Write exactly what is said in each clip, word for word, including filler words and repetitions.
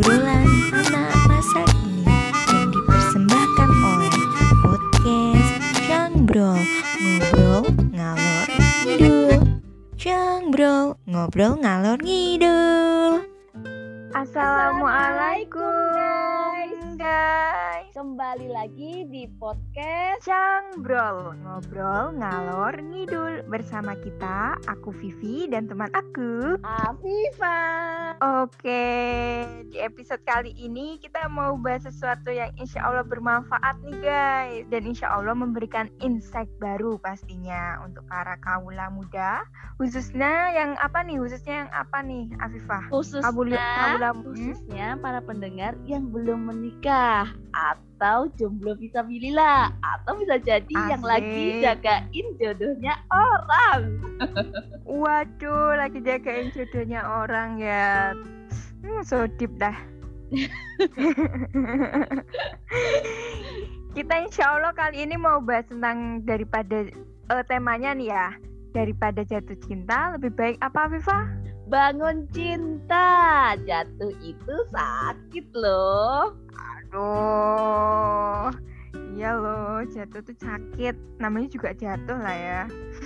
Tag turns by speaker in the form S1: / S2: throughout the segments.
S1: Obrolan anak masa kini yang dipersembahkan oleh podcast Cangbrol Ngobrol Ngalor Ngidul. Cangbrol Ngobrol Ngalor Ngidul. Assalamualaikum guys.
S2: Kembali lagi di podcast
S1: Cangbrol Ngobrol Ngalor Ngidul. Bersama kita, aku Vivi dan teman aku
S2: Afifa.
S1: Oke, di episode kali ini kita mau bahas sesuatu yang insya Allah bermanfaat nih guys. Dan insya Allah memberikan insight baru pastinya untuk para kaula muda. Khususnya yang apa nih? Khususnya yang apa nih Afifah?
S2: Khususnya,
S1: Kaula, kaula, hmm?
S2: khususnya para pendengar yang belum menikah atau jomblo fisabilillah, atau bisa jadi
S1: Asik.
S2: yang lagi jagain jodohnya orang.
S1: Waduh, lagi jagain jodohnya orang ya. Hmm, so deep dah. Kita insya Allah kali ini mau bahas tentang daripada uh, temanya nih ya, daripada jatuh cinta lebih baik apa Viva?
S2: Bangun cinta. Jatuh itu sakit loh.
S1: Aduh, iya loh, jatuh tuh sakit. Namanya juga jatuh lah ya.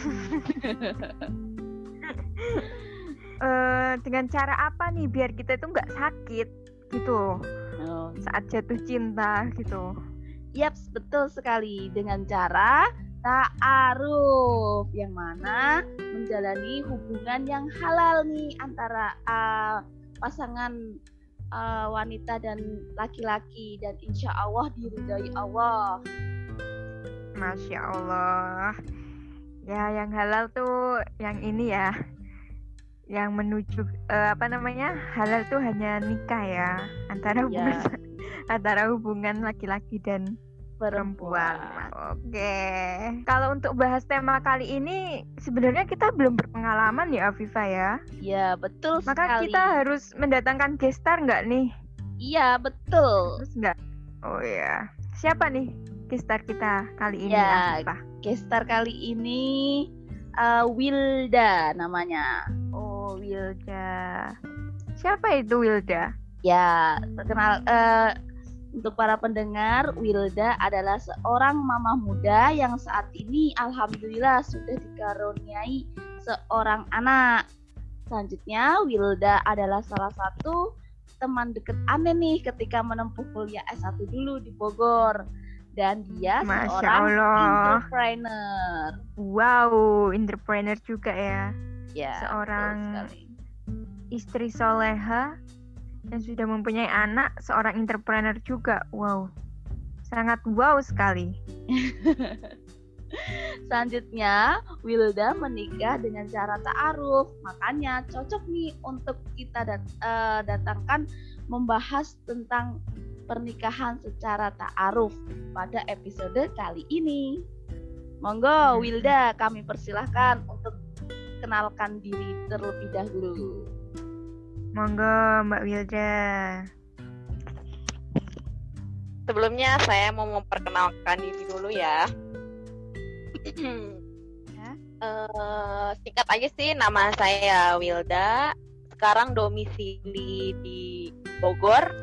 S1: uh, dengan cara apa nih biar kita itu nggak sakit gitu
S2: Oh.
S1: saat jatuh cinta gitu?
S2: Yaps, betul sekali. Dengan cara ta'aruf, yang mana menjalani hubungan yang halal nih antara uh, pasangan uh, wanita dan laki-laki, dan insya Allah diridhoi Allah.
S1: Masya Allah. Ya, yang halal tuh yang ini ya, yang menuju uh, apa namanya, halal tuh hanya nikah ya, antara hubungan
S2: Ya.
S1: antara hubungan laki-laki dan perempuan.
S2: Perempuan.
S1: Oke. Kalau untuk bahas tema kali ini sebenarnya kita belum berpengalaman ya Afifa ya.
S2: Ya, betul
S1: Maka
S2: sekali.
S1: kita harus mendatangkan gestar nggak nih?
S2: Iya, betul.
S1: Terus nggak? Oh ya. Siapa nih gestar kita kali ini
S2: Ya.
S1: Afifa?
S2: Gestar kali ini uh, Wilda namanya.
S1: Oh, Wilda. Siapa itu Wilda?
S2: Ya, terkenal uh, untuk para pendengar, Wilda adalah seorang mama muda yang saat ini alhamdulillah sudah dikaruniai seorang anak. Selanjutnya, Wilda adalah salah satu teman dekat Ane nih ketika menempuh kuliah S satu dulu di Bogor. Dan dia
S1: Masya
S2: seorang
S1: Allah.
S2: entrepreneur.
S1: Wow, entrepreneur juga ya.
S2: Ya,
S1: Seorang
S2: betul sekali.
S1: Istri soleha dan sudah mempunyai anak, seorang entrepreneur juga. Wow, sangat wow sekali.
S2: Selanjutnya, Wilda menikah dengan cara ta'aruf. Makanya cocok nih untuk kita dat- uh, datangkan membahas tentang pernikahan secara ta'aruf pada episode kali ini. Monggo Wilda, kami persilahkan untuk kenalkan diri terlebih dahulu.
S1: Monggo Mbak Wilda.
S3: Sebelumnya saya mau memperkenalkan diri dulu ya.
S2: Ya.
S3: Eh, singkat aja sih, nama saya Wilda. Sekarang domisili di Bogor.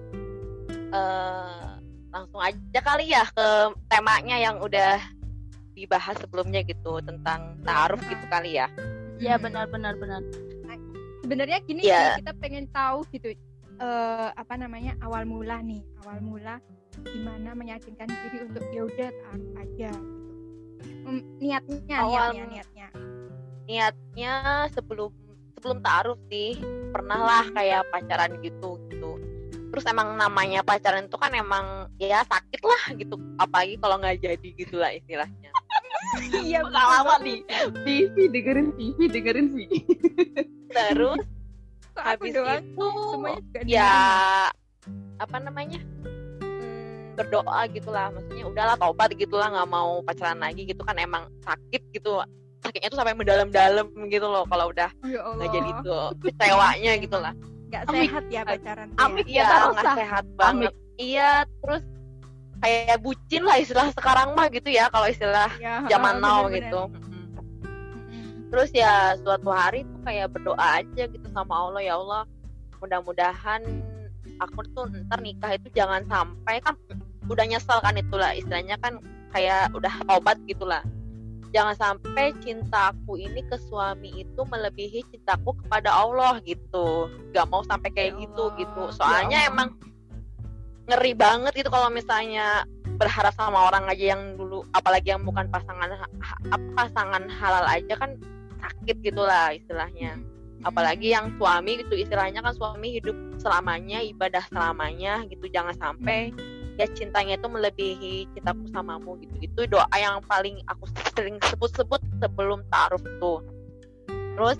S3: Eh, langsung aja kali ya ke temanya yang udah dibahas sebelumnya gitu, tentang ta'aruf gitu kali ya.
S2: Ya, benar-benar benar.
S4: Sebenarnya gini
S3: Ya.
S4: sih, kita pengen tahu gitu eh, apa namanya awal mula nih awal mula gimana meyakinkan diri untuk ya udah taruh aja gitu. Hmm, niatnya
S3: Awal-
S4: niatnya niatnya
S3: Niatnya sebelum sebelum ta'aruf sih pernah lah kayak pacaran gitu gitu. Terus emang namanya pacaran itu kan emang ya sakit lah gitu, apalagi kalau nggak jadi gitulah istilahnya.
S4: iya
S2: Pengalaman nih. Vivi dengerin Vivi dengerin Vivi.
S3: Terus
S4: kok aku
S3: habis
S4: doang
S3: itu
S4: semuanya juga
S3: ya
S4: dengerin.
S3: apa namanya hmm, berdoa gitulah, maksudnya udahlah taubat gitulah, nggak mau pacaran lagi gitu kan, emang sakit gitu, sakitnya tuh sampai mendalam-dalam gitu loh kalau udah
S4: Oh, ya Allah.
S3: nggak jadi tuh kecewanya gitulah.
S4: nggak
S2: Amik.
S4: sehat ya pacaran tuh
S2: Amik.
S4: ya.
S2: Ya,
S3: Iya,
S2: tak
S3: nggak
S2: usah.
S3: sehat banget. Iya, terus kayak bucin lah istilah sekarang mah gitu ya, kalau istilah
S4: Ya,
S3: zaman
S4: oh,
S3: now
S4: bener-bener.
S3: gitu.
S4: Mm-mm.
S3: Terus ya suatu hari tuh kayak berdoa aja gitu sama Allah, ya Allah, mudah-mudahan aku tuh ntar nikah itu jangan sampai, kan udah nyesel kan, itulah istilahnya kan kayak udah tobat gitulah. Jangan sampai cintaku ini ke suami itu melebihi cintaku kepada Allah gitu. Gak mau sampai kayak
S2: Ya
S3: gitu
S2: Allah.
S3: gitu. Soalnya
S2: Ya Allah.
S3: emang ngeri banget gitu kalau misalnya berharap sama orang aja yang dulu, apalagi yang bukan pasangan ha- pasangan halal aja kan sakit gitulah istilahnya. Apalagi yang suami gitu, istilahnya kan suami hidup selamanya, ibadah selamanya gitu. Jangan sampai ya cintanya itu melebihi cintaku samamu gitu. Itu doa yang paling aku sering sebut-sebut sebelum ta'aruf tuh. Terus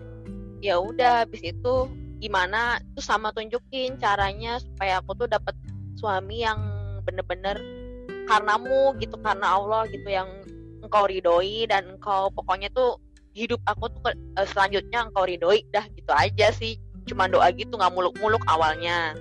S3: ya udah habis itu gimana tuh sama tunjukin caranya supaya aku tuh dapat suami yang bener-bener karenamu gitu, karena Allah gitu, yang engkau ridhoi dan engkau pokoknya tuh hidup aku tuh uh, selanjutnya engkau ridhoi, dah gitu aja sih. Cuma doa gitu, nggak muluk-muluk awalnya.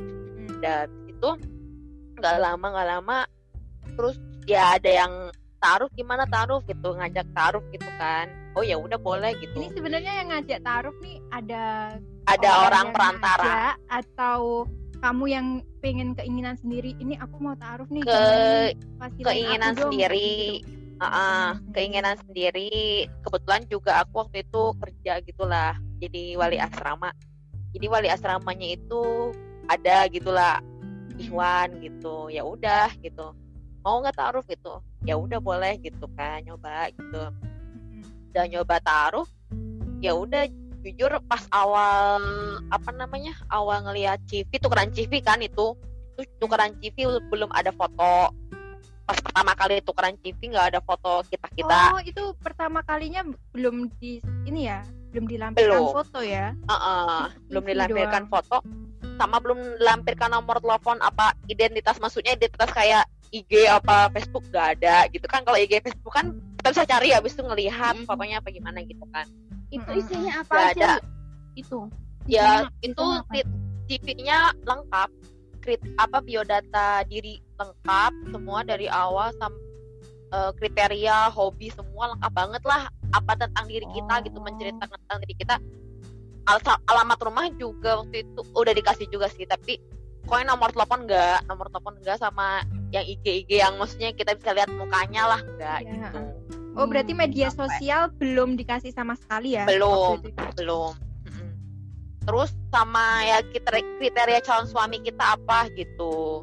S3: Dan itu nggak lama nggak lama terus ya ada yang taruh, gimana taruh gitu, ngajak taruh gitu kan. Oh ya udah boleh gitu.
S4: Ini sebenarnya yang ngajak taruh nih ada
S3: Ada orang
S4: yang
S3: perantara
S4: ngajak atau kamu yang pengen keinginan sendiri, ini aku mau taruh nih
S3: ke
S4: gimana nih, fasilitas
S3: keinginan
S4: aku dong,
S3: sendiri.
S4: gitu.
S3: Uh, keinginan sendiri. Kebetulan juga aku waktu itu kerja gitulah, jadi wali asrama. Jadi wali asramanya itu ada gitulah ikhwan gitu. Ya udah gitu, mau nggak taruh gitu, ya udah boleh gitu kan, nyoba gitu. Udah nyoba taruh, ya udah jujur pas awal apa namanya awal ngelihat C V, tukeran C V kan, itu tuh tukeran C V belum ada foto. Pas pertama kali tukeran C V nggak ada foto kita kita.
S4: Oh, itu pertama kalinya belum di ini ya, belum dilampirkan
S3: Belum.
S4: foto ya?
S3: Uh-uh, belum
S4: C V
S3: dilampirkan
S4: doang.
S3: foto, sama belum dilampirkan nomor telepon apa identitas, maksudnya identitas kayak I G apa Facebook nggak ada gitu kan. Kalau I G Facebook kan kita bisa cari habis itu ngelihat
S2: Mm.
S3: fotonya apa gimana gitu kan.
S2: Itu
S4: Mm-mm.
S2: isinya apa
S3: Nggak
S2: aja?
S3: ada.
S2: Itu.
S3: Ya
S2: Isinya-
S3: itu
S2: isinya apa?
S3: C V-nya lengkap, krit apa biodata diri lengkap semua dari awal sampai uh, kriteria, hobi semua lengkap banget lah, apa tentang diri kita gitu,
S2: Oh.
S3: menceritakan tentang diri kita. Al- alamat rumah juga waktu itu udah dikasih juga sih, tapi pokoknya nomor telepon enggak, nomor telepon enggak, sama yang I G I G yang maksudnya kita bisa lihat mukanya lah enggak
S4: Ya.
S3: gitu.
S4: Oh, berarti
S2: Hmm,
S4: media
S3: sampai.
S4: sosial belum dikasih sama sekali ya?
S3: Belum,
S4: waktu itu?
S3: belum. Mm-mm. Terus sama ya kriteria, kriteria calon suami kita apa gitu.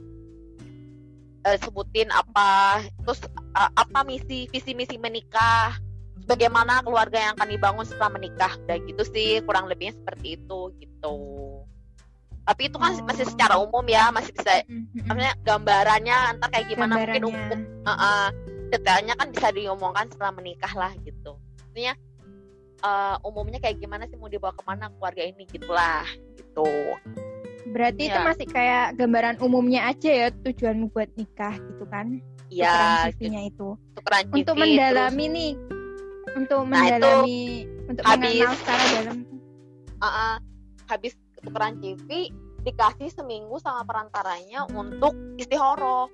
S3: Eh, sebutin apa, terus uh, apa misi visi misi menikah, bagaimana keluarga yang akan dibangun setelah menikah, udah gitu sih, kurang lebihnya seperti itu gitu. Tapi itu kan
S4: Oh.
S3: masih secara umum ya, masih bisa
S4: Mm-mm.
S3: maksudnya gambarannya ntar kayak gimana, mungkin
S4: Gambarannya.
S3: umum, uh, uh, detailnya kan bisa diomongkan setelah menikah lah gitu. Maksudnya uh, umumnya kayak gimana sih, mau dibawa kemana keluarga ini gitulah gitu.
S4: Berarti itu
S3: Ya.
S4: masih kayak gambaran umumnya aja ya, tujuanmu buat nikah gitu kan?
S3: Ya,
S4: Tukeran C V-nya itu.
S3: tukeran C V,
S4: Untuk
S3: terus
S4: mendalami nih, untuk
S3: Nah, itu
S4: mendalami, untuk
S3: habis-
S4: mengenal secara dalam.
S3: uh, uh, habis tukeran C V dikasih seminggu sama perantaranya untuk istihoroh.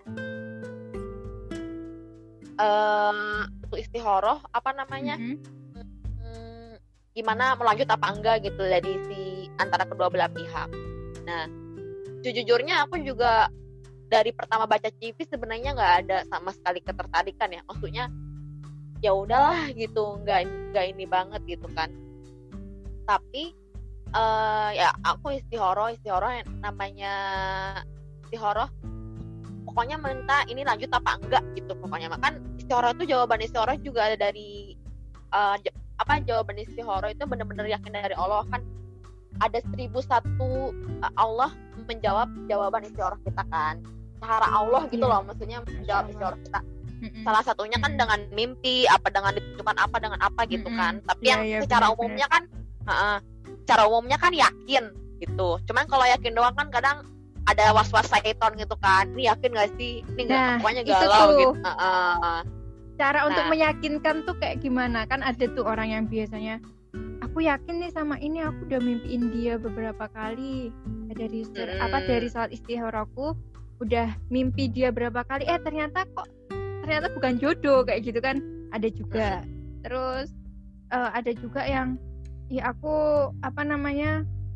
S3: Uh, untuk istihoroh apa namanya?
S4: Mhm.
S3: Hmm, gimana mau lanjut apa enggak gitu dari si antara kedua belah pihak. Nah, sejujurnya aku juga dari pertama baca C V sebenarnya nggak ada sama sekali ketertarikan ya, maksudnya ya udahlah gitu, nggak nggak ini banget gitu kan. Tapi uh, ya aku istihoroh istihoroh yang namanya istihoroh pokoknya minta ini lanjut apa enggak gitu pokoknya. Makan istihoroh itu, jawaban istihoroh juga ada dari uh, j- apa jawaban istihoroh itu benar-benar yakin dari Allah kan. Ada seribu satu uh, Allah menjawab jawaban istihoroh kita kan, cara Allah gitu
S4: Iya.
S3: loh, maksudnya menjawab
S4: Allah.
S3: istihoroh kita.
S4: Mm-mm.
S3: Salah satunya kan
S4: Mm-mm.
S3: dengan mimpi, apa dengan ditunjukkan apa dengan apa gitu
S4: Mm-mm.
S3: kan. Tapi
S4: Iya,
S3: yang
S4: iya,
S3: secara
S4: benar-benar.
S3: umumnya kan uh, secara umumnya kan yakin gitu. Cuman kalau yakin doang kan kadang ada was-was syaiton gitu kan. Ini yakin gak sih? Ini nggak,
S4: Nah,
S3: pokoknya
S4: itu
S3: galau
S4: tuh.
S3: gitu. Uh, uh,
S4: Cara untuk
S3: Nah.
S4: meyakinkan tuh kayak gimana? Kan ada tuh orang yang biasanya, aku yakin nih sama ini, aku udah mimpiin dia beberapa kali. Dari sur-
S3: Hmm.
S4: apa dari saat istihorohku udah mimpi dia berapa kali, eh ternyata kok ternyata bukan jodoh kayak gitu kan, ada juga. Terus eh, ada juga yang ya aku apa namanya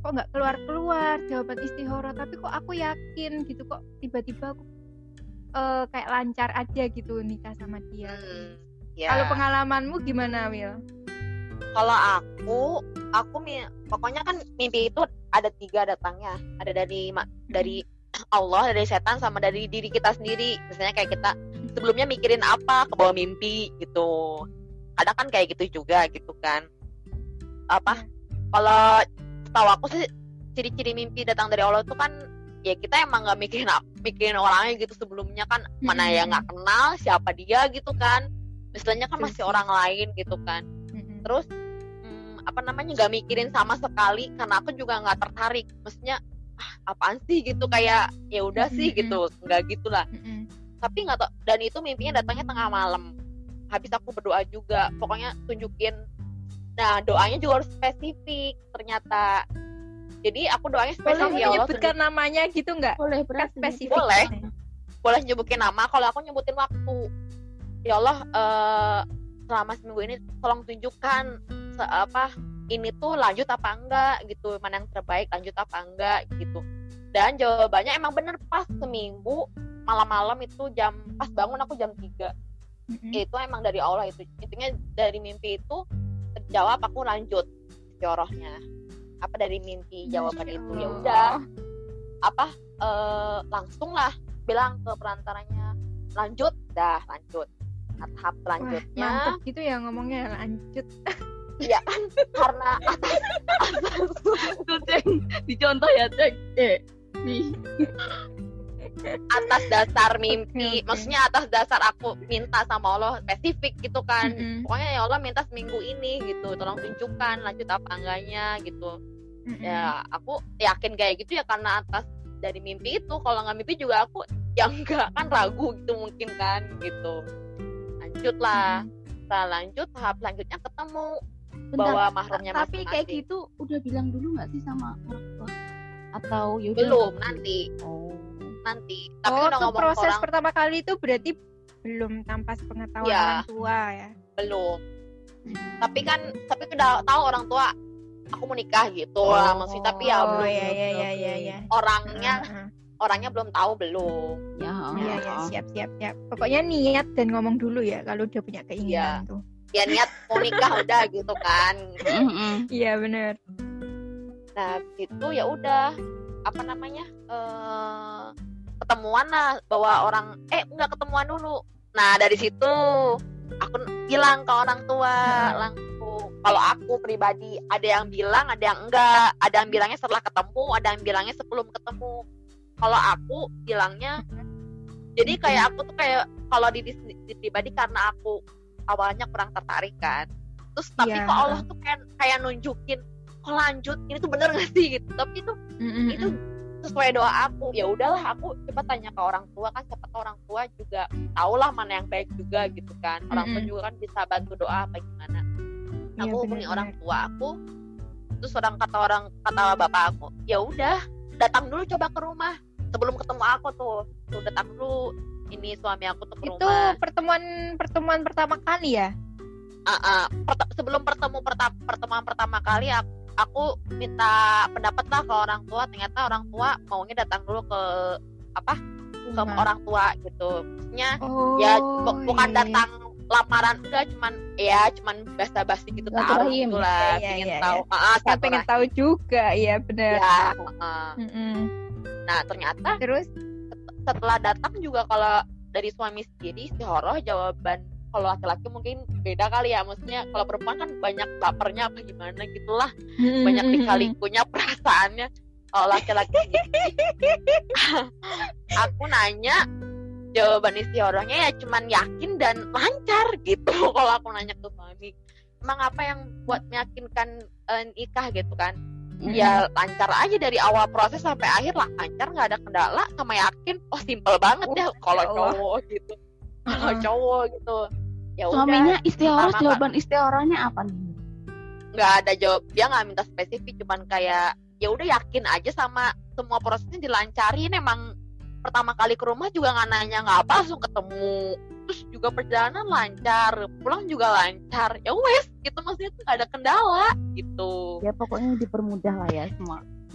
S4: kok nggak keluar-keluar jawaban istihara, tapi kok aku yakin gitu, kok tiba-tiba aku uh, kayak lancar aja gitu nikah sama dia.
S3: Hmm, ya.
S4: Kalau pengalamanmu gimana, Wil?
S3: Kalau aku, aku mi- pokoknya kan mimpi itu ada tiga datangnya, ada dari ma- dari Allah, dari setan, sama dari diri kita sendiri. Misalnya kayak kita sebelumnya mikirin apa ke bawah mimpi gitu. Kadang kan kayak gitu juga gitu kan. Apa? Kalau tahu aku sih ciri-ciri mimpi datang dari Allah itu kan ya kita emang nggak mikirin mikirin orangnya gitu sebelumnya kan, mana
S4: Mm-mm.
S3: yang nggak kenal siapa dia gitu kan, misalnya kan
S4: Betul
S3: masih
S4: sih.
S3: orang lain gitu kan.
S4: Mm-mm.
S3: Terus hmm, apa namanya nggak mikirin sama sekali karena aku juga nggak tertarik, maksudnya ah, apaan sih gitu, kayak ya udah sih
S4: Mm-mm.
S3: gitu, nggak gitulah.
S4: Mm-mm.
S3: Tapi nggak tau, dan itu mimpinya datangnya tengah malam, habis aku berdoa juga, pokoknya tunjukin. Nah doanya juga harus spesifik ternyata. Jadi aku doanya
S4: Boleh
S3: spesifik, ya Allah
S4: menyebutkan namanya gitu nggak?
S2: Boleh
S4: Kan
S2: berarti.
S4: spesifik.
S3: Boleh. boleh nyebutin nama, kalau aku nyebutin waktu. Ya Allah, eh, selama seminggu ini tolong tunjukkan se- apa ini tuh lanjut apa enggak gitu, mana yang terbaik, lanjut apa enggak gitu. Dan jawabannya emang bener pas seminggu malam-malam itu jam pas bangun aku jam tiga.
S4: Mm-mm.
S3: Itu emang dari Allah, itu intinya dari mimpi itu terjawab, aku lanjut istiorohnya. Apa dari mimpi jawaban
S4: Masya
S3: itu ya
S4: Allah.
S3: udah apa eh, langsung lah bilang ke perantaranya lanjut, dah lanjut. Nah, tahap
S4: Wah,
S3: selanjutnya
S4: mantep gitu ya ngomongnya, lanjut.
S3: ya kan karena atas, atas
S2: Tuh, Ceng. Dicontoh ya, Ceng. Eh, nih.
S3: atas dasar mimpi,
S4: Oke, oke.
S3: maksudnya atas dasar aku minta sama Allah spesifik gitu kan.
S4: Mm-mm.
S3: Pokoknya ya Allah minta seminggu ini gitu, tolong tunjukkan lanjut apa enggaknya gitu.
S4: Mm-mm.
S3: Ya aku yakin kayak gitu ya karena atas dari mimpi itu. Kalau nggak mimpi juga aku yang enggak kan ragu gitu mungkin kan gitu. Lanjut lah. Setelah lanjut tahap selanjutnya ketemu
S2: Bentar,
S3: bawa mahramnya
S2: tapi kayak
S3: masing-masing.
S2: gitu udah bilang dulu nggak sih sama orang tua? Atau yaudah?
S3: Belum, nanti
S2: Oh.
S3: nanti. Tapi
S4: Oh,
S3: udah
S4: tuh
S3: ngomong ke
S4: proses
S3: orang,
S4: pertama kali itu berarti belum tanpa pengetahuan
S3: Ya.
S4: orang tua ya.
S3: belum. Tapi kan tapi udah tahu orang tua aku mau nikah gitu lah maksudnya, tapi ya
S4: Oh
S3: belum,
S4: ya ya
S2: oke,
S4: ya
S2: oke.
S4: ya ya.
S3: orangnya
S4: Heeh.
S3: orangnya belum tahu belum.
S2: Ya.
S4: Iya ya, siap siap siap. Pokoknya niat dan ngomong dulu ya kalau udah punya keinginan tuh.
S3: Ya niat mau nikah udah gitu kan.
S2: Mm-mm.
S4: Iya benar.
S3: Nah itu ya udah apa namanya eh ketemuan lah, bawa orang eh enggak ketemuan dulu. Nah dari situ aku bilang ke orang tua langsung. Kalau aku pribadi ada yang bilang, ada yang enggak, ada yang bilangnya setelah ketemu, ada yang bilangnya sebelum ketemu. Kalau aku bilangnya, jadi kayak aku tuh kayak kalau di, di, di pribadi karena aku awalnya kurang tertarik kan, terus tapi
S4: Iya.
S3: kok Allah tuh kayak kayak nunjukin kok lanjut, ini tuh bener gak sih gitu. Tapi itu
S4: Mm-mm.
S3: itu sesuai doa aku. Ya udahlah aku coba tanya ke orang tua kan, siapa tahu orang tua juga tahu lah mana yang baik juga gitu kan. Orang tua
S4: Mm-mm.
S3: juga kan bisa bantu doa apa gimana.
S4: Iya,
S3: Aku hubungi
S4: benar-benar.
S3: orang tua aku, terus orang kata orang kata bapak aku, ya udah datang dulu coba ke rumah sebelum ketemu aku tuh, tuh datang dulu ini suami aku tuh ke
S4: Itu
S3: rumah.
S4: pertemuan pertemuan pertama kali ya?
S3: Ah, ah, pert- sebelum pertemu perta- pertemuan pertama kali aku, aku minta pendapat lah ke orang tua. Ternyata orang tua maunya datang dulu ke apa ke
S4: Rumah.
S3: orang tua gitu. Maksudnya
S4: Oh,
S3: ya bu- bukan
S4: iya, iya.
S3: datang lamaran, enggak, cuman ya cuman basa-basi gitu, taruh
S2: Silaturahim.
S3: gitu lah,
S4: Iya,
S3: pengen
S4: iya,
S3: tahu. Ah, ah,
S4: Saya pengen
S3: silaturahim.
S4: tahu juga, iya benar.
S3: Ya, ah.
S4: Mm-mm.
S3: Nah ternyata
S4: Terus
S3: setelah datang juga kalau dari suami sendiri istihoroh jawaban, kalau laki-laki mungkin beda kali ya, maksudnya kalau perempuan kan banyak laparnya apa gimana gitulah, banyak lika-likunya perasaannya. Kalau laki-laki aku nanya jawaban istihorohnya ya cuman yakin dan lancar gitu. Kalau aku nanya ke suami emang apa yang buat meyakinkan eh, nikah gitu kan, ya lancar aja dari awal proses sampai akhir lah, lancar, nggak ada kendala, sama yakin. Oh simple banget
S4: Oh,
S3: ya kalau
S4: ya Allah.
S3: cowok gitu. Kalau
S4: Heeh.
S3: cowok gitu ya udah,
S2: Suaminya istiharah,
S3: pertama
S2: jawaban istiharahnya apa nih?
S3: nggak ada jawab, dia nggak minta spesifik, cuman kayak ya udah yakin aja sama semua prosesnya dilancarin. Emang pertama kali ke rumah juga nggak nanya nggak apa, langsung ketemu, terus juga perjalanan lancar, pulang juga lancar, ya wes gitu, maksudnya tuh nggak ada kendala gitu.
S2: Ya pokoknya dipermudah lah ya semua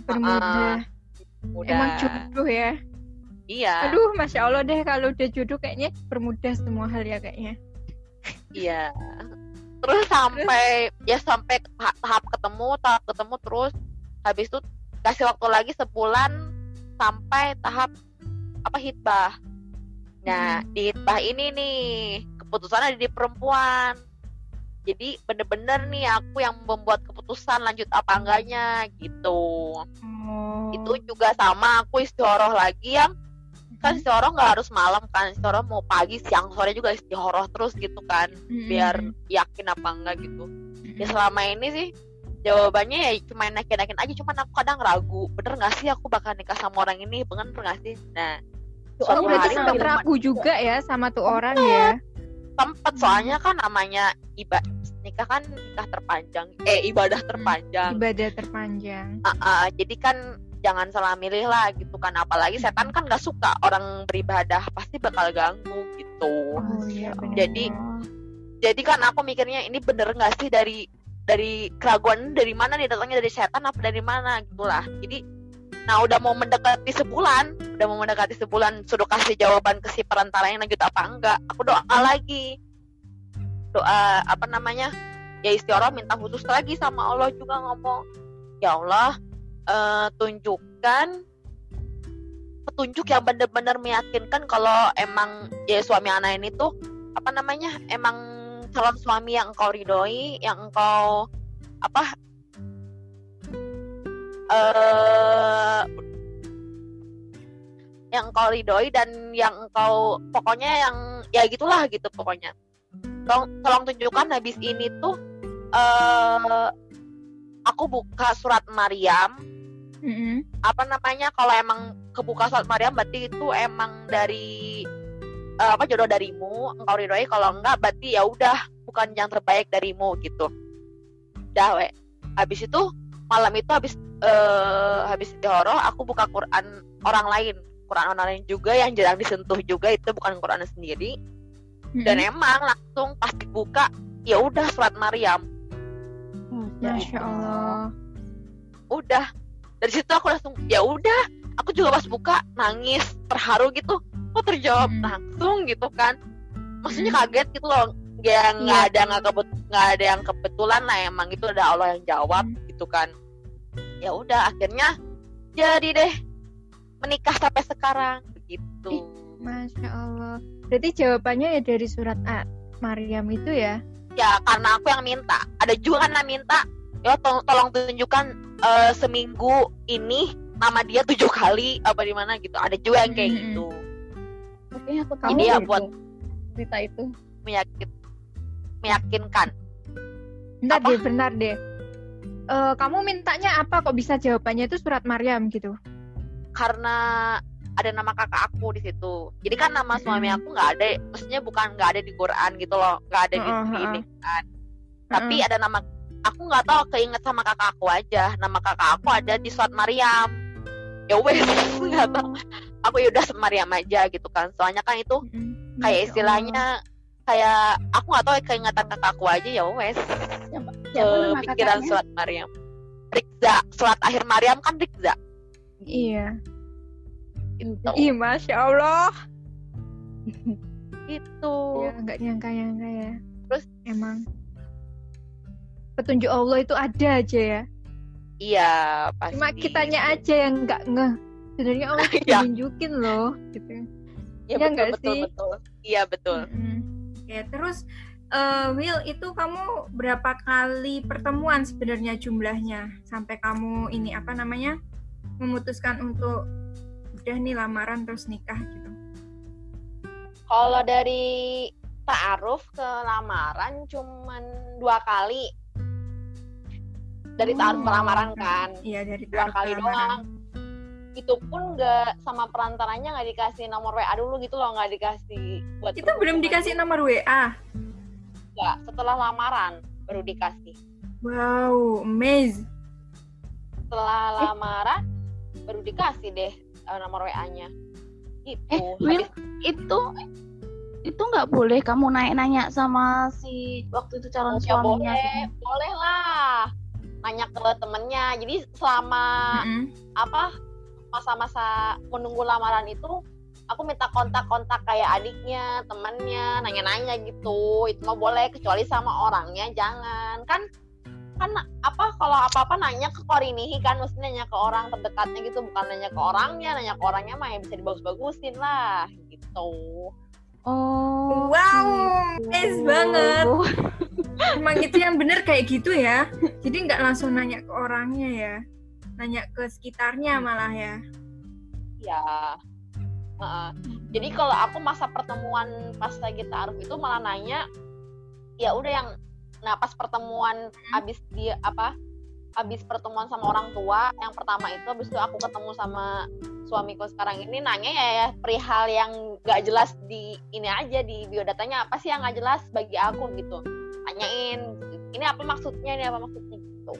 S1: dipermudah.
S3: Udah.
S1: Emang jodoh ya.
S3: Iya.
S1: Aduh, masya Allah deh kalau udah jodoh kayaknya permudah semua hal ya kayaknya.
S3: Iya. Terus sampai ya sampai tahap ketemu, tahap ketemu terus habis itu kasih waktu lagi sebulan sampai tahap apa hitbah. Nah,
S1: Hmm.
S3: di hitbah ini nih keputusan ada di perempuan. Jadi bener-bener nih aku yang membuat keputusan lanjut apa enggaknya gitu.
S1: Oh.
S3: Itu juga sama aku istihoroh lagi yang kan istihoroh nggak harus malam kan, istihoroh mau pagi siang sore juga istihoroh terus gitu kan,
S1: Mm-mm.
S3: biar yakin apa enggak gitu.
S1: Mm-mm.
S3: Ya selama ini sih jawabannya ya cuma yakin-yakin aja, cuman aku kadang ragu bener nggak sih aku bakal nikah sama orang ini, bener nggak sih. Nah
S1: Oh,
S3: suatu
S1: berarti
S3: hari
S1: sempat
S3: ketemu-
S1: ragu juga ya sama tuh orang ya.
S3: sempet soalnya kan namanya ibadah nikah kan nikah terpanjang eh ibadah terpanjang.
S1: Ibadah terpanjang.
S3: Uh, uh, jadi kan jangan salah milih lah gitu kan, apalagi setan kan gak suka orang beribadah, pasti bakal ganggu gitu.
S1: Oh iya benar.
S3: Jadi jadi kan aku mikirnya ini bener nggak sih dari dari keraguan dari mana nih, datangnya dari setan apa dari mana gitulah. Jadi nah udah mau mendekati sebulan udah mau mendekati sebulan suruh kasih jawaban ke si perantaranya lanjut apa enggak, aku doa lagi, doa apa namanya ya istikharah, minta khusus lagi sama Allah juga, ngomong ya Allah eh, tunjukkan petunjuk yang benar-benar meyakinkan kalau emang ya suami anak ini tuh apa namanya emang calon suami yang engkau ridhoi, yang engkau apa eh yang engkau ridhoi dan yang engkau pokoknya yang ya gitulah gitu pokoknya. Tolong, tolong tunjukkan habis ini tuh eh aku buka surat Maryam.
S1: Mm-mm.
S3: Apa namanya kalau emang kebuka surat Maryam berarti itu emang dari uh, apa jodoh darimu, engkau ridhoi, kalau enggak berarti ya udah bukan yang terbaik darimu gitu. Udah we. Habis itu malam itu habis uh, habis istihoroh aku buka Quran orang lain, Quran orang lain juga yang jarang disentuh juga, itu bukan Quran sendiri.
S1: Mm-mm.
S3: Dan emang langsung pas dibuka ya udah surat Maryam.
S1: Masya Allah.
S3: Udah dari situ aku langsung ya udah, aku juga pas buka nangis terharu gitu, kok terjawab
S1: Hmm.
S3: langsung gitu kan, maksudnya
S1: Hmm.
S3: kaget gitu loh, ya nggak
S1: Iya.
S3: ada nggak kebet nggak ada yang kebetulan lah, emang itu ada Allah yang jawab
S1: Hmm.
S3: gitu kan. Ya udah akhirnya jadi deh menikah sampai sekarang begitu.
S1: Ih. Masya Allah. Berarti jawabannya ya dari surat A Maryam itu ya?
S3: Ya karena aku yang minta, ada juga kan yang minta ya tolong, tolong tunjukkan eh, seminggu ini nama dia tujuh kali apa di mana gitu, ada juga yang kayak
S1: Mm-mm.
S3: gitu.
S2: Oke, aku tahu
S3: Ini ya
S2: itu,
S3: buat
S2: cerita itu.
S3: meyakin meyakinkan.
S1: Bentar
S3: Apa?
S1: deh, bentar deh. Eh, kamu mintanya apa kok bisa jawabannya itu surat Maryam gitu?
S3: Karena ada nama kakak aku di situ, jadi kan nama suami
S1: Mm.
S3: aku nggak ada, maksudnya bukan nggak ada di Quran gitu loh, nggak ada di,
S1: Uh-uh,
S3: di
S1: uh-uh.
S3: ini kan, tapi ada nama aku nggak tahu, keinget sama kakak aku aja, nama kakak aku ada di surat Maryam. Ya wes nggak tahu, aku yaudah surat Maryam aja gitu kan, soalnya kan itu
S1: Mm-mm.
S3: kayak
S1: Masya
S3: istilahnya kayak aku nggak tahu, keingetan kakak aku aja, ya wes
S2: Siapa, siapa nama
S3: kepikiran
S2: kakaknya?
S3: surat Maryam. Rikza, surat akhir Maryam kan Rikza
S1: Allah. Iya.
S3: gitu.
S1: Ih, Masya Allah.
S3: Gitu.
S1: Ya, nggak nyangka-nyangka ya.
S3: Terus
S1: Emang petunjuk Allah itu ada aja ya.
S3: iya pasti.
S1: Cuma kitanya aja yang nggak ngeh. Sebenarnya Allah tuh
S3: Iya.
S1: nunjukin loh, gitu.
S3: Ya,
S1: Iya
S3: betul,
S1: nggak
S3: betul,
S1: sih?
S3: betul. Iya betul.
S1: Mm-mm.
S4: Ya, terus eh, Will, itu kamu berapa kali pertemuan sebenarnya jumlahnya sampai kamu ini apa namanya memutuskan untuk udah nih lamaran terus nikah gitu?
S3: Kalau dari ta'aruf ke lamaran cuman dua kali. Dari ta'aruf ke lamaran kan.
S4: Iya, dari
S3: Dua
S4: ta'aruf
S3: kali
S4: ke lamaran.
S3: doang. Itu pun nggak sama perantaranya, nggak dikasih nomor W A dulu gitu loh, nggak dikasih buat
S4: Itu belum
S3: berhubungan
S4: dikasih
S3: dulu.
S4: nomor W A.
S3: Nggak, setelah lamaran baru dikasih.
S4: Wow, amazing.
S3: Setelah lamaran baru dikasih deh eh, nomor W A-nya. Gitu.
S2: Eh, Will,
S3: Habis-
S2: itu itu nggak boleh kamu naik nanya sama si waktu itu calon
S3: ya
S2: suaminya
S3: boleh,
S2: gitu.
S3: boleh lah. nanya ke temennya. Jadi selama
S4: Mm-mm.
S3: apa masa-masa menunggu lamaran itu aku minta kontak-kontak kayak adiknya, temannya, nanya-nanya gitu. Itu mah boleh, kecuali sama orangnya jangan. Kan kan apa kalau apa-apa nanya ke Korinihi kan, mesti nanya ke orang terdekatnya gitu, bukan nanya ke orangnya. Nanya ke orangnya mah ya bisa dibagus-bagusin lah gitu.
S2: Oh.
S4: Wow,
S2: gitu.
S4: nice banget. Emang itu yang bener kayak gitu ya. Jadi nggak langsung nanya ke orangnya ya, nanya ke sekitarnya malah ya.
S3: Ya. Uh, jadi kalau aku masa pertemuan pas lagi ta'aruf itu malah nanya, ya udah yang, nah pas pertemuan abis dia apa, abis pertemuan sama orang tua yang pertama itu, abis itu aku ketemu sama suamiku sekarang ini, nanya ya, ya perihal yang nggak jelas di ini aja di biodatanya, apa sih yang nggak jelas bagi aku gitu, tanyain ini apa maksudnya, ini apa maksudnya gitu.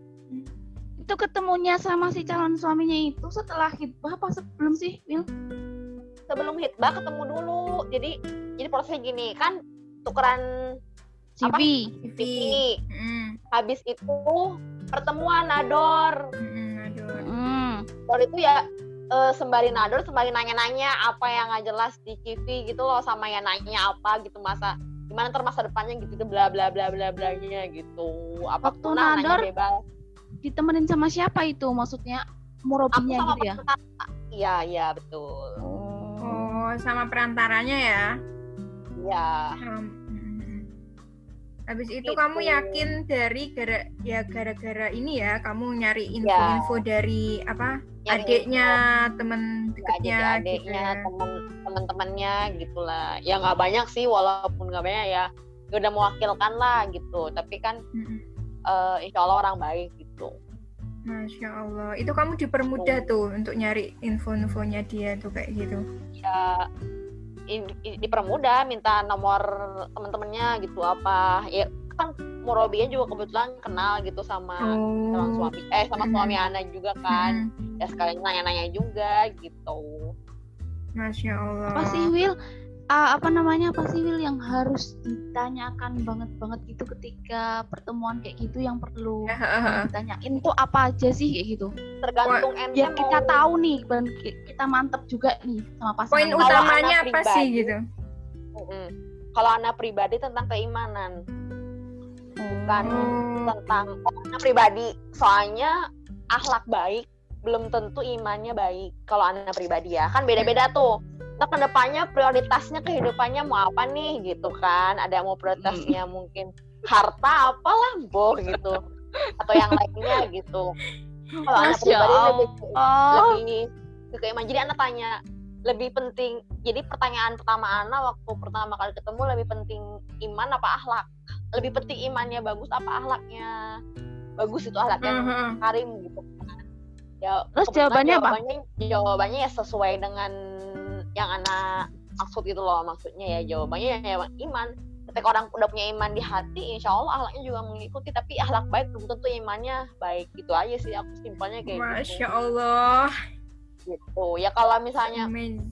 S2: Itu ketemunya sama si calon suaminya itu setelah khitbah apa sebelum sih, Wil?
S3: Sebelum hitbah ketemu dulu. Jadi jadi prosesnya gini kan, tukeran
S2: C V.
S3: C V.
S4: Mm.
S3: Habis itu pertemuan nador.
S4: Mm, aduh.
S2: Hmm.
S3: Nador itu ya e, sembari nador sembari nanya-nanya apa yang nggak jelas di C V gitu loh, sama ya nanya apa gitu, masa gimana ntar masa depannya gitu, bla bla bla bla blanya gitu. Apa
S2: Waktu
S3: tuh nah, nanya
S2: nador
S3: bebas.
S2: ditemenin sama siapa itu? Maksudnya
S3: Aku
S2: murobinya
S3: sama
S2: gitu ya?
S3: perantara. Iya iya betul.
S4: Oh, sama perantaranya ya.
S3: Iya.
S4: Um, mm. Habis itu
S3: Gitu.
S4: kamu yakin dari gara ya gara-gara ini ya, kamu nyari info-info dari apa?
S3: Nyari
S4: adiknya, temen
S3: Ya,
S4: deketnya,
S3: jadi
S4: gitu
S3: adiknya,
S4: ya.
S3: temen teman-temannya gitulah. Ya nggak banyak sih, walaupun nggak banyak ya, ya udah mewakilkan lah gitu. Tapi kan
S4: Mm-mm.
S3: uh, insya Allah orang baik gitu.
S4: Masya Allah, itu kamu dipermudah tuh untuk nyari info-infonya dia tuh kayak gitu.
S3: Ya in- in- dipermudah, minta nomor teman-temannya gitu apa. Ya kan Murobinya juga kebetulan kenal gitu sama calon
S4: Oh.
S3: suami, eh sama
S4: Mm-mm.
S3: suami Ana juga kan.
S4: Mm-mm.
S3: Ya sekalian nanya-nanya juga gitu.
S4: Masya Allah.
S2: Apa sih, Wil? Ah, apa namanya, apa sih, Wil, yang harus ditanyakan banget-banget gitu ketika pertemuan kayak gitu, yang perlu
S4: Ya, heeh.
S2: ditanyain tuh apa aja sih kayak gitu?
S3: Tergantung
S2: Biar
S3: ente
S2: kita
S3: mau.
S2: tahu nih, dan ki- kita mantep juga nih sama pasangan.
S4: Poin
S3: Kalau
S4: utamanya
S3: anak
S4: apa
S3: pribadi,
S4: sih gitu?
S3: Mm-mm. Kalau anak pribadi tentang keimanan, bukan
S4: Oh.
S3: tentang anak pribadi. Soalnya akhlak baik belum tentu imannya baik. Kalau anak pribadi ya, kan beda-beda tuh. Nah, kedepannya prioritasnya kehidupannya mau apa nih gitu kan? Ada yang mau prioritasnya mungkin harta apalah boh gitu, atau yang lainnya gitu. Kalau anak
S2: Masya
S3: pribadi lebih
S2: Allah.
S3: lebih ke keimanan. Jadi anak tanya lebih penting. Jadi pertanyaan pertama Ana waktu pertama kali ketemu, lebih penting iman apa akhlak? Lebih penting imannya bagus apa akhlaknya bagus, itu akhlaknya
S4: Heeh.
S3: karim gitu. Ya,
S2: Terus
S3: kebetulan
S2: jawabannya apa?
S3: jawabannya, jawabannya ya sesuai dengan yang Ana maksud gitu loh. Maksudnya ya jawabannya ya iman. Ketika orang udah punya iman di hati, insya Allah akhlaknya juga mengikuti. Tapi akhlak baik belum tentu imannya baik. Gitu aja sih, aku simpelnya kayak
S4: Masya
S3: gitu.
S4: Allah.
S3: Gitu. Ya kalau misalnya
S4: Amin.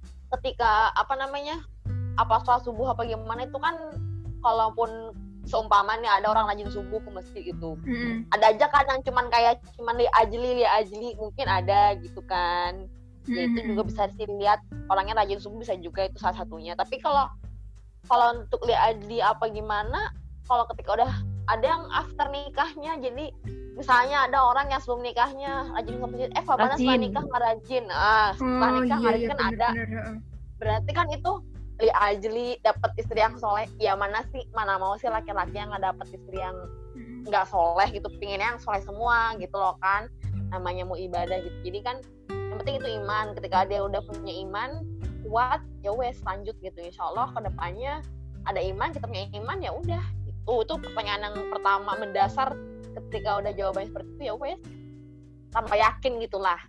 S3: ketika apa namanya, apa sholat subuh apa gimana itu kan, kalaupun seumpama nih ada orang rajin subuh ke masjid gitu,
S4: Mm-mm.
S3: ada aja kan yang cuman kayak cuman li ajli li ajli mungkin ada gitu kan. Ya itu
S4: Mm-mm.
S3: juga bisa dilihat orangnya rajin subuh, bisa juga itu salah satunya. Tapi kalau kalau untuk li ajli apa gimana, kalau ketika udah ada yang after nikahnya, jadi misalnya ada orang yang sebelum nikahnya rajin ke masjid, eh Fabana setelah
S2: Rajin.
S3: nikah nggak rajin, ah setelah
S4: Oh
S3: nikah
S4: iya
S3: nggak rajin
S4: iya
S3: kan ada,
S4: benar-benar. heeh.
S3: berarti kan itu li ajli dapat istri yang soleh. Ya mana sih, mana mau sih laki-laki yang nggak dapat istri yang
S4: Mm-mm.
S3: nggak soleh gitu, pinginnya yang soleh semua gitu loh kan, namanya mau ibadah gitu. Jadi kan yang penting itu iman. Ketika dia udah punya iman kuat, ya wes lanjut gitu. Insya Allah kedepannya ada iman, kita punya iman, ya udah itu itu pertanyaan yang pertama mendasar. Ketika udah jawabannya seperti itu, ya wes tanpa yakin gitulah.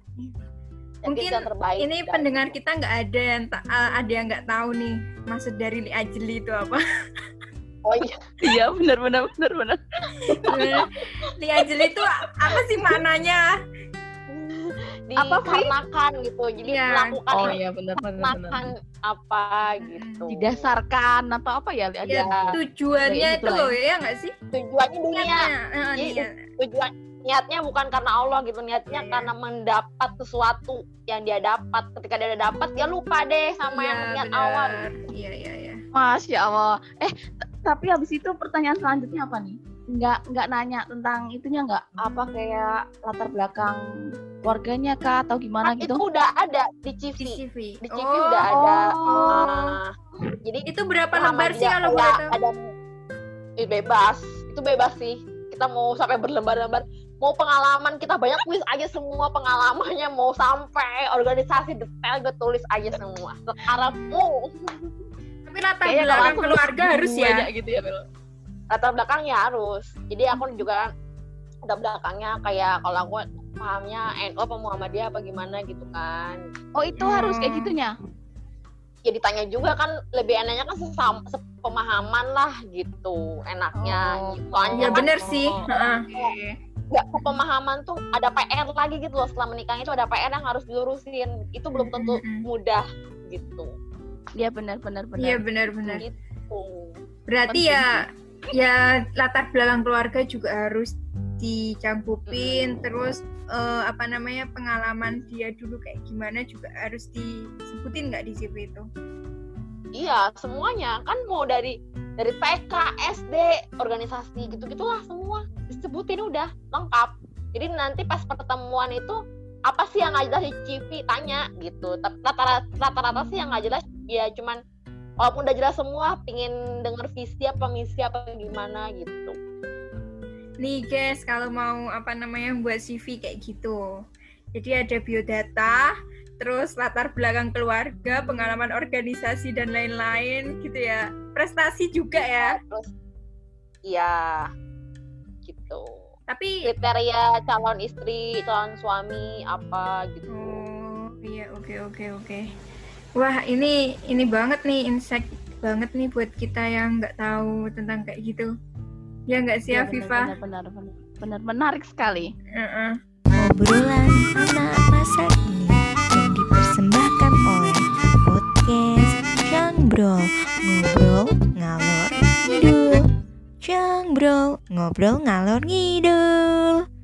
S3: Yakin
S4: Mungkin
S3: yang terbaik.
S4: Ini
S3: dan-
S4: pendengar kita nggak ada yang ta- uh, ada yang nggak tahu nih maksud dari li ajli itu apa.
S3: Oh iya,
S2: Iya, benar benar benar benar.
S4: Li ajli itu apa sih maknanya?
S3: dikarenakan gitu. Jadi
S4: Iya.
S3: melakukan
S2: Oh
S3: ini
S2: iya benar benar benar.
S3: makan apa gitu.
S2: Didasarkan atau apa ya? Ada
S4: Ya, tujuannya
S2: Kayak
S4: itu
S2: gitu
S4: loh
S2: lah
S4: ya nggak sih?
S3: Tujuannya dunia.
S4: Niatnya, eh,
S3: Jadi,
S4: niat.
S3: Tujuan niatnya bukan karena Allah gitu, niatnya
S4: Iya, iya.
S3: karena mendapat sesuatu yang dia dapat. Ketika dia udah dapat, dia lupa deh sama yang
S4: Iya,
S3: niat
S4: benar.
S3: awal.
S4: Iya, iya, iya.
S2: Masya Allah. Eh, t- tapi habis itu pertanyaan selanjutnya apa nih? Nggak nggak nanya tentang itunya nggak? Apa kayak latar belakang keluarganya kah atau gimana
S3: Nah,
S2: gitu?
S3: itu udah ada di C V.
S4: Di C V.
S3: Di C V
S4: Oh,
S3: udah ada.
S2: Oh.
S3: Nah, jadi
S4: itu berapa
S3: sama
S4: lembar sih
S3: dia
S4: kalau boleh
S3: kayak
S4: tahu?
S3: ada eh, bebas. Itu bebas sih. Kita mau sampai berlembar-lembar. Mau pengalaman kita banyak tulis aja semua pengalamannya, mau sampai organisasi detail gue tulis aja semua. Sekarangmu
S4: Tapi latar
S2: Kayaknya kalau
S4: belakang
S2: aku
S4: keluarga harus ya.
S2: banyak gitu ya, Bel.
S3: latar belakangnya harus. Jadi aku juga latar belakangnya kayak kalau aku pahamnya N U apa Muhammadiyah apa gimana gitu kan.
S2: Oh, itu
S4: Hmm.
S2: harus kayak gitunya.
S3: Ya ditanya juga kan lebih enaknya kan sesama sepemahaman lah gitu enaknya.
S2: Oh.
S3: Soalnya
S4: Ya
S3: kan
S4: bener sih.
S2: Oh,
S4: Heeh.
S2: oke.
S3: nggak sepemahaman tuh ada P R lagi gitu loh, setelah menikah itu ada P R yang harus dilurusin. Itu belum tentu
S4: Mm-mm.
S3: mudah gitu.
S2: Iya benar benar benar.
S4: Iya benar-benar.
S3: Gitu.
S4: Berarti
S2: Penting
S4: ya ya latar belakang keluarga juga harus dicanggupin, terus eh, apa namanya pengalaman dia dulu kayak gimana juga harus disebutin nggak di C V itu?
S3: Iya, semuanya kan mau dari dari T K, S D, organisasi gitu-gitulah semua disebutin udah lengkap. Jadi nanti pas pertemuan itu apa sih yang nggak jelas di C V tanya gitu. Tapi rata-rata rata-rata sih yang nggak jelas ya cuman walaupun udah jelas semua pingin denger visi apa misi apa gimana gitu.
S4: Nih guys, kalau mau apa namanya buat C V kayak gitu. Jadi ada biodata, terus latar belakang keluarga, pengalaman organisasi dan lain-lain gitu ya. Prestasi juga ya.
S3: Terus iya gitu.
S4: Tapi
S3: Kriteria calon istri, calon suami apa gitu.
S4: oh iya oke oke oke. Wah ini ini banget nih insight banget nih buat kita yang nggak tahu tentang kayak gitu. Ya nggak sih
S2: Iya,
S4: Afifah?
S2: benar, benar, benar, benar, menarik sekali.
S4: Heeh.
S5: Obrolan anak masa kini yang dipersembahkan oleh podcast Jangbrol, ngobrol ngalor ngidul. Jangbrol, ngobrol ngalor ngidul.